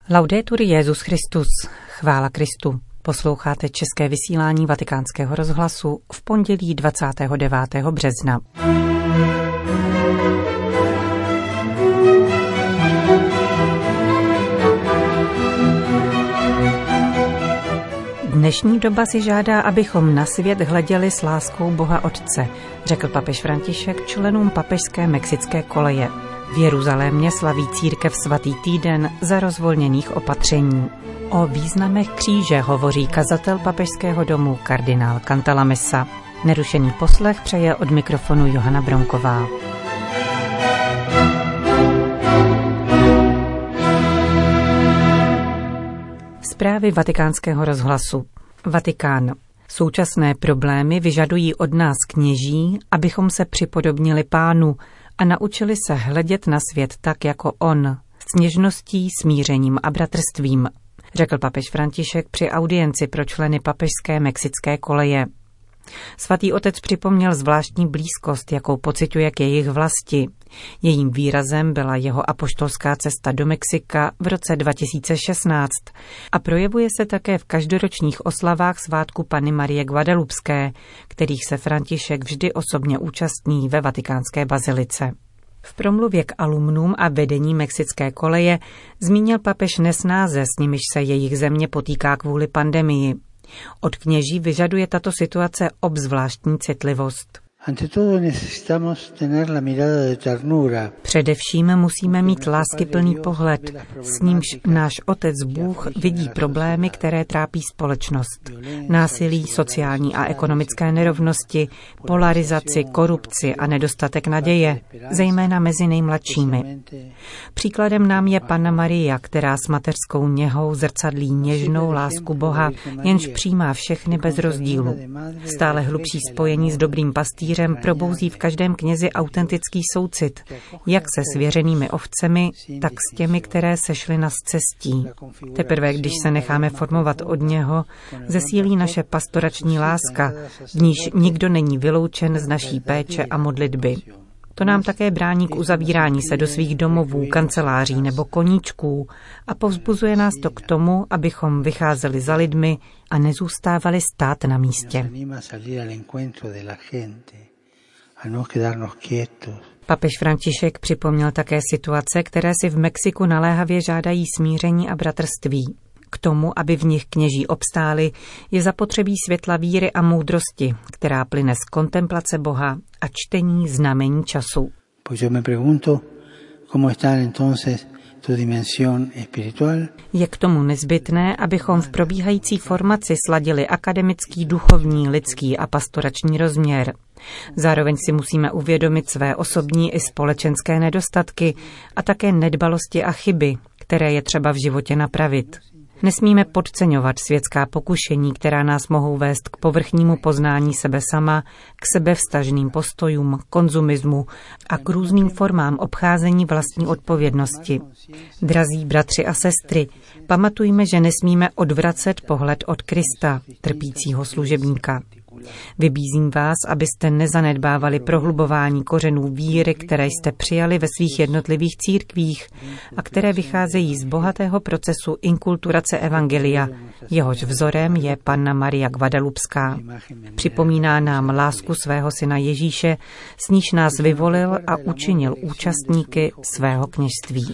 Laudetur Jesus Christus, chvála Kristu. Posloucháte české vysílání Vatikánského rozhlasu v pondělí 29. března. Dnešní doba si žádá, abychom na svět hleděli s láskou Boha Otce, řekl papež František členům papežské mexické koleje. V Jeruzalémě slaví církev svatý týden za rozvolněných opatření. O významech kříže hovoří kazatel papežského domu kardinál Cantalamessa. Nerušený poslech přeje od mikrofonu Johana Bronková. Zprávy Vatikánského rozhlasu. Vatikán. Současné problémy vyžadují od nás kněží, abychom se připodobnili Pánu a naučili se hledět na svět tak jako on, s něžností, smířením a bratrstvím, řekl papež František při audienci pro členy papežské mexické koleje. Svatý otec připomněl zvláštní blízkost, jakou pociťuje k jejich vlasti. Jejím výrazem byla jeho apoštolská cesta do Mexika v roce 2016 a projevuje se také v každoročních oslavách svátku Panny Marie Guadalupské, kterých se František vždy osobně účastní ve vatikánské bazilice. V promluvě k alumnům a vedení mexické koleje zmínil papež nesnáze, s nimiž se jejich země potýká kvůli pandemii. Od kněží vyžaduje tato situace obzvláštní citlivost. Především musíme mít láskyplný pohled, s nímž náš Otec Bůh vidí problémy, které trápí společnost. Násilí, sociální a ekonomické nerovnosti, polarizaci, korupci a nedostatek naděje, zejména mezi nejmladšími. Příkladem nám je Panna Maria, která s mateřskou něhou zrcadlí něžnou lásku Boha, jenž přijímá všechny bez rozdílu. Stále hlubší spojení s dobrým pastýřem probouzí v každém knězi autentický soucit, jak se svěřenými ovcemi, tak s těmi, které sešly na scestí. Teprve, když se necháme formovat od něho, zesílí naše pastorační láska, v níž nikdo není vyloučen z naší péče a modlitby. To nám také brání k uzavírání se do svých domovů, kanceláří nebo koníčků a povzbuzuje nás to k tomu, abychom vycházeli za lidmi a nezůstávali stát na místě. Papež František připomněl také situace, které si v Mexiku naléhavě žádají smíření a bratrství. K tomu, aby v nich kněží obstáli, je zapotřebí světla víry a moudrosti, která plyne z kontemplace Boha a čtení znamení času. Je k tomu nezbytné, abychom v probíhající formaci sladili akademický, duchovní, lidský a pastorační rozměr. Zároveň si musíme uvědomit své osobní i společenské nedostatky a také nedbalosti a chyby, které je třeba v životě napravit. Nesmíme podceňovat světská pokušení, která nás mohou vést k povrchnímu poznání sebe sama, k sebevztažným postojům, konzumismu a k různým formám obcházení vlastní odpovědnosti. Drazí bratři a sestry, pamatujme, že nesmíme odvracet pohled od Krista, trpícího služebníka. Vybízím vás, abyste nezanedbávali prohlubování kořenů víry, které jste přijali ve svých jednotlivých církvích a které vycházejí z bohatého procesu inkulturace evangelia, jehož vzorem je Panna Maria Guadalupská. Připomíná nám lásku svého syna Ježíše, s níž nás vyvolil a učinil účastníky svého kněžství.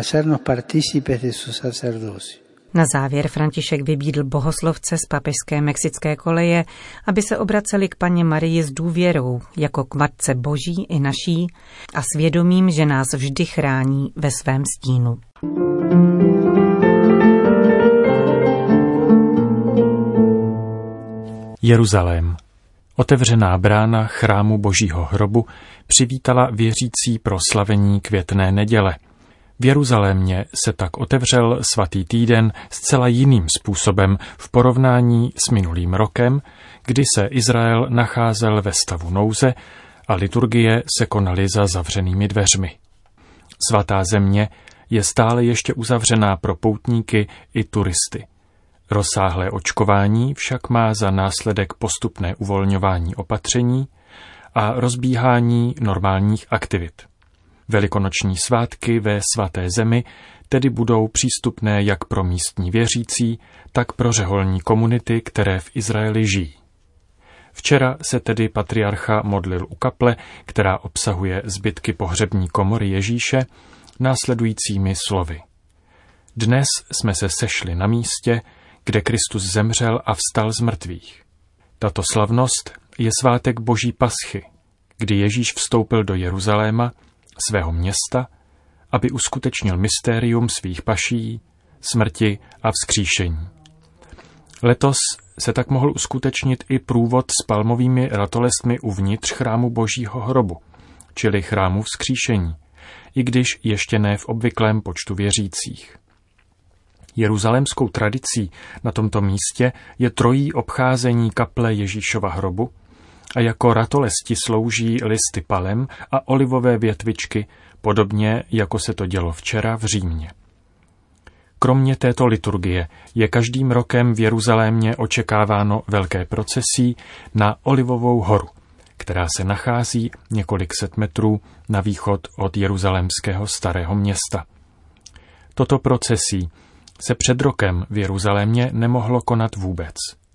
Na závěr František vybídl bohoslovce z papežské mexické koleje, aby se obraceli k Panně Marii s důvěrou, jako k Matce Boží i naší, a svědomím, že nás vždy chrání ve svém stínu. Jeruzalém. Otevřená brána chrámu Božího hrobu přivítala věřící pro slavení květné neděle. V Jeruzalémě se tak otevřel svatý týden zcela jiným způsobem v porovnání s minulým rokem, kdy se Izrael nacházel ve stavu nouze a liturgie se konaly za zavřenými dveřmi. Svatá země je stále ještě uzavřená pro poutníky i turisty. Rozsáhlé očkování však má za následek postupné uvolňování opatření a rozbíhání normálních aktivit. Velikonoční svátky ve Svaté zemi tedy budou přístupné jak pro místní věřící, tak pro řeholní komunity, které v Izraeli žijí. Včera se tedy patriarcha modlil u kaple, která obsahuje zbytky pohřební komory Ježíše, následujícími slovy. Dnes jsme se sešli na místě, kde Kristus zemřel a vstal z mrtvých. Tato slavnost je svátek Boží paschy, kdy Ježíš vstoupil do Jeruzaléma, svého města, aby uskutečnil mystérium svých paší, smrti a vzkříšení. Letos se tak mohl uskutečnit i průvod s palmovými ratolestmi uvnitř chrámu Božího hrobu, čili chrámu vzkříšení, i když ještě ne v obvyklém počtu věřících. Jeruzalémskou tradicí na tomto místě je trojí obcházení kaple Ježíšova hrobu a jako ratolesti slouží listy palem a olivové větvičky, podobně jako se to dělo včera v Římě. Kromě této liturgie je každým rokem v Jeruzalémě očekáváno velké procesí na Olivovou horu, která se nachází několik set metrů na východ od jeruzalémského starého města. Toto procesí se před rokem v Jeruzalémě nemohlo konat vůbec.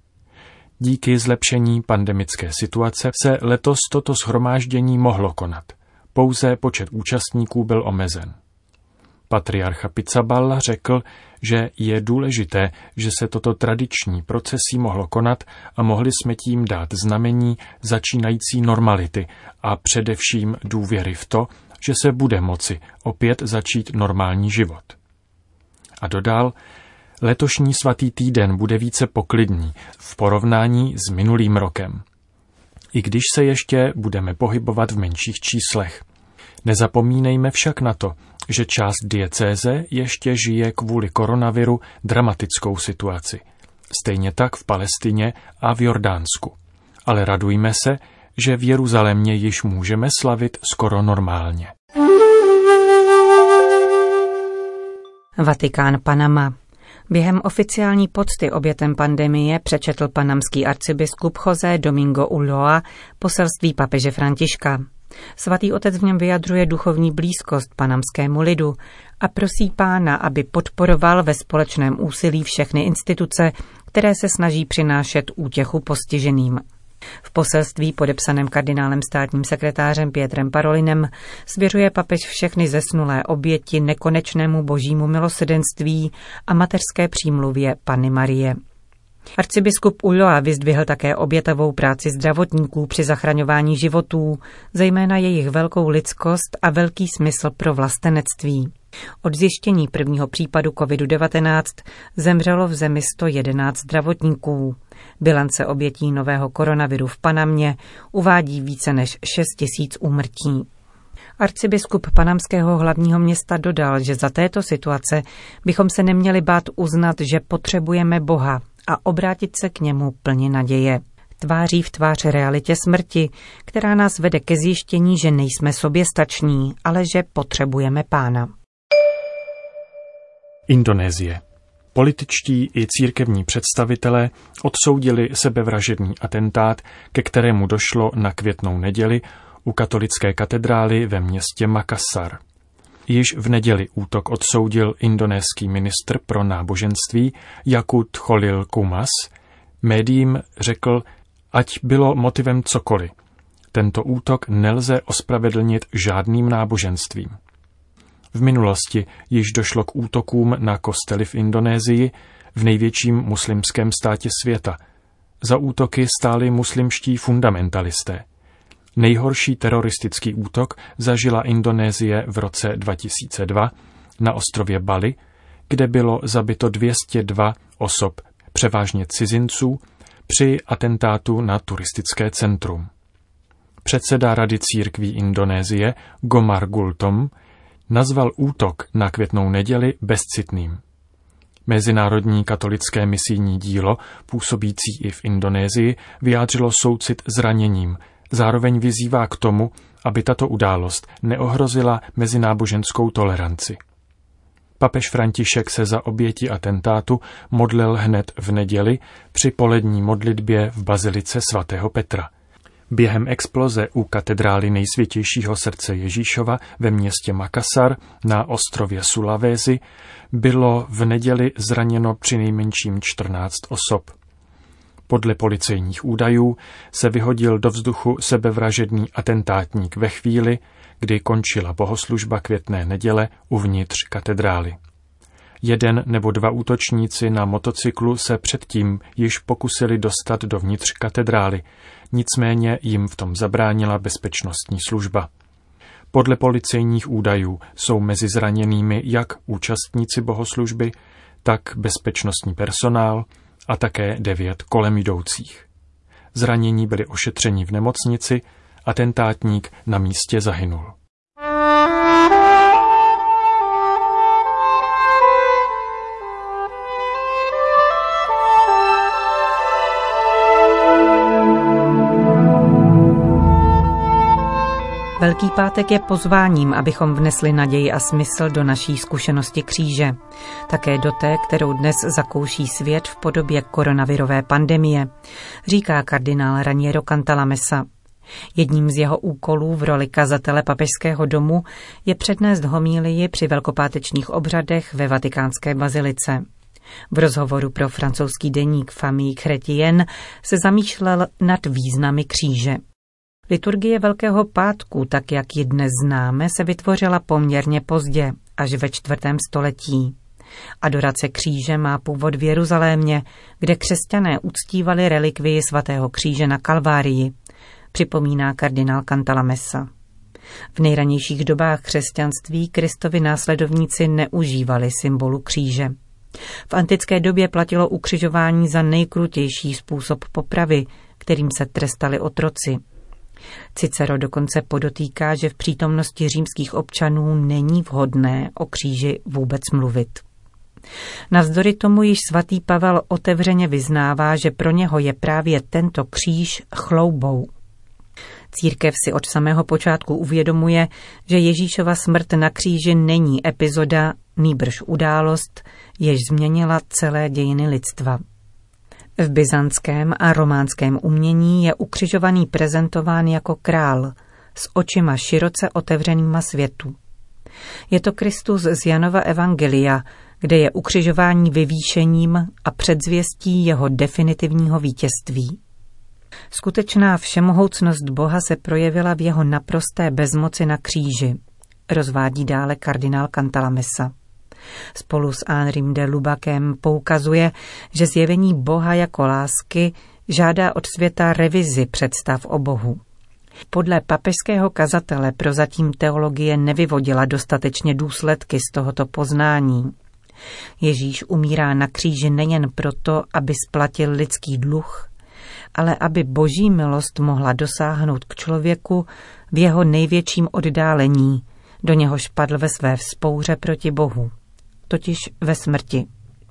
Díky zlepšení pandemické situace se letos toto shromáždění mohlo konat. Pouze počet účastníků byl omezen. Patriarcha Pizzaballa řekl, že je důležité, že se toto tradiční procesí mohlo konat a mohli jsme tím dát znamení začínající normality a především důvěry v to, že se bude moci opět začít normální život. A dodal, letošní svatý týden bude více poklidný v porovnání s minulým rokem. I když se ještě budeme pohybovat v menších číslech. Nezapomínejme však na to, že část diecéze ještě žije kvůli koronaviru dramatickou situaci. Stejně tak v Palestině a v Jordánsku. Ale radujme se, že v Jeruzalémě již můžeme slavit skoro normálně. Vatikán, Panama. Během oficiální pocty obětem pandemie přečetl panamský arcibiskup José Domingo Ulloa poselství papeže Františka. Svatý otec v něm vyjadřuje duchovní blízkost panamskému lidu a prosí Pána, aby podporoval ve společném úsilí všechny instituce, které se snaží přinášet útěchu postiženým. V poselství podepsaném kardinálem státním sekretářem Pietrem Parolinem svěřuje papež všechny zesnulé oběti nekonečnému božímu milosrdenství a mateřské přímluvě Panny Marie. Arcibiskup Ulloa vyzdvihl také obětavou práci zdravotníků při zachraňování životů, zejména jejich velkou lidskost a velký smysl pro vlastenectví. Od zjištění prvního případu COVID-19 zemřelo v zemi 111 zdravotníků. Bilance obětí nového koronaviru v Panamě uvádí více než 6 000 úmrtí. Arcibiskup panamského hlavního města dodal, že za této situace bychom se neměli bát uznat, že potřebujeme Boha a obrátit se k němu plně naděje. Tváří v tvář realitě smrti, která nás vede ke zjištění, že nejsme soběstační, ale že potřebujeme Pána. Indonésie. Političtí i církevní představitelé odsoudili sebevražedný atentát, ke kterému došlo na Květnou neděli u katolické katedrály ve městě Makassar. Již v neděli útok odsoudil indonéský ministr pro náboženství Yakut Khalil Qumas. Médiím řekl, ať bylo motivem cokoliv. Tento útok nelze ospravedlnit žádným náboženstvím. V minulosti již došlo k útokům na kostely v Indonésii, v největším muslimském státě světa. Za útoky stáli muslimští fundamentalisté. Nejhorší teroristický útok zažila Indonésie v roce 2002 na ostrově Bali, kde bylo zabito 202 osob, převážně cizinců, při atentátu na turistické centrum. Předseda Rady církví Indonésie Gomar Gultom nazval útok na Květnou neděli bezcitným. Mezinárodní katolické misijní dílo, působící i v Indonésii, vyjádřilo soucit zraněním. Zároveň vyzývá k tomu, aby tato událost neohrozila mezináboženskou toleranci. Papež František se za oběti atentátu modlil hned v neděli při polední modlitbě v bazilice svatého Petra. Během exploze u katedrály Nejsvětějšího srdce Ježíšova ve městě Makassar na ostrově Sulawesi bylo v neděli zraněno přinejmenším 14 osob. Podle policejních údajů se vyhodil do vzduchu sebevražedný atentátník ve chvíli, kdy končila bohoslužba Květné neděle uvnitř katedrály. 1 nebo 2 útočníci na motocyklu se předtím již pokusili dostat dovnitř katedrály, nicméně jim v tom zabránila bezpečnostní služba. Podle policejních údajů jsou mezi zraněnými jak účastníci bohoslužby, tak bezpečnostní personál a také 9 kolem jdoucích. Zranění byli ošetřeni v nemocnici, atentátník na místě zahynul. Velký pátek je pozváním, abychom vnesli naději a smysl do naší zkušenosti kříže. Také do té, kterou dnes zakouší svět v podobě koronavirové pandemie, říká kardinál Raniero Cantalamessa. Jedním z jeho úkolů v roli kazatele Papežského domu je přednést homílii při velkopátečních obřadech ve vatikánské bazilice. V rozhovoru pro francouzský deník Famille Chrétienne se zamýšlel nad významy kříže. Liturgie Velkého pátku, tak jak ji dnes známe, se vytvořila poměrně pozdě, až ve 4. století. Adorace kříže má původ v Jeruzalémě, kde křesťané uctívali relikvii svatého kříže na Kalvárii, připomíná kardinál Cantalamessa. V nejranějších dobách křesťanství Kristovi následovníci neužívali symbolu kříže. V antické době platilo ukřižování za nejkrutější způsob popravy, kterým se trestali otroci. Cicero dokonce podotýká, že v přítomnosti římských občanů není vhodné o kříži vůbec mluvit. Navzdory tomu již svatý Pavel otevřeně vyznává, že pro něho je právě tento kříž chloubou. Církev si od samého počátku uvědomuje, že Ježíšova smrt na kříži není epizoda, nýbrž událost, jež změnila celé dějiny lidstva. V byzantském a románském umění je ukřižovaný prezentován jako král s očima široce otevřenýma světu. Je to Kristus z Janova evangelia, kde je ukřižování vyvýšením a předzvěstí jeho definitivního vítězství. Skutečná všemohoucnost Boha se projevila v jeho naprosté bezmoci na kříži, rozvádí dále kardinál Cantalamessa. Spolu s Henrym de Lubakem poukazuje, že zjevení Boha jako lásky žádá od světa revizi představ o Bohu. Podle papežského kazatele prozatím teologie nevyvodila dostatečně důsledky z tohoto poznání. Ježíš umírá na kříži nejen proto, aby splatil lidský dluh, ale aby boží milost mohla dosáhnout k člověku v jeho největším oddálení, do něhož padl ve své vzpouře proti Bohu, totiž ve smrti.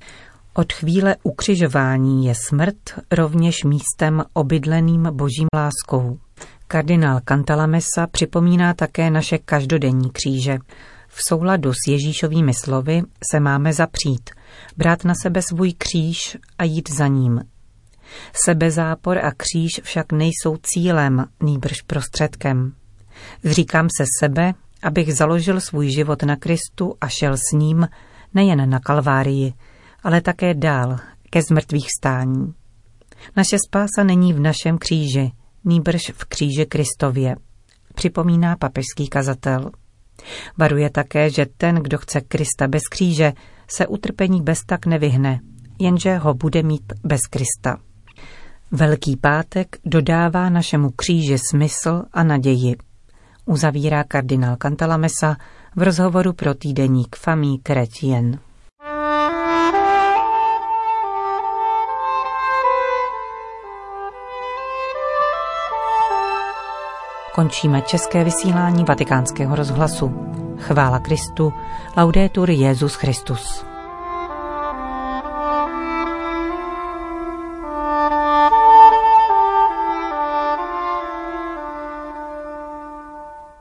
Od chvíle ukřižování je smrt rovněž místem obydleným božím láskou. Kardinál Cantalamessa připomíná také naše každodenní kříže. V souladu s Ježíšovými slovy se máme zapřít, brát na sebe svůj kříž a jít za ním. Sebezápor a kříž však nejsou cílem, nýbrž prostředkem. Zříkám se sebe, abych založil svůj život na Kristu a šel s ním nejen na Kalvárii, ale také dál ke zmrtvýchvstání. Naše spása není v našem kříži, nýbrž v kříži Kristově, připomíná papežský kazatel. Varuje také, že ten, kdo chce Krista bez kříže, se utrpení bez tak nevyhne, jenže ho bude mít bez Krista. Velký pátek dodává našemu kříži smysl a naději, uzavírá kardinál Cantalamessa v rozhovoru pro týdeník Famille Chrétienne. Končíme české vysílání Vatikánského rozhlasu. Chvála Kristu, laudetur Jesus Christus.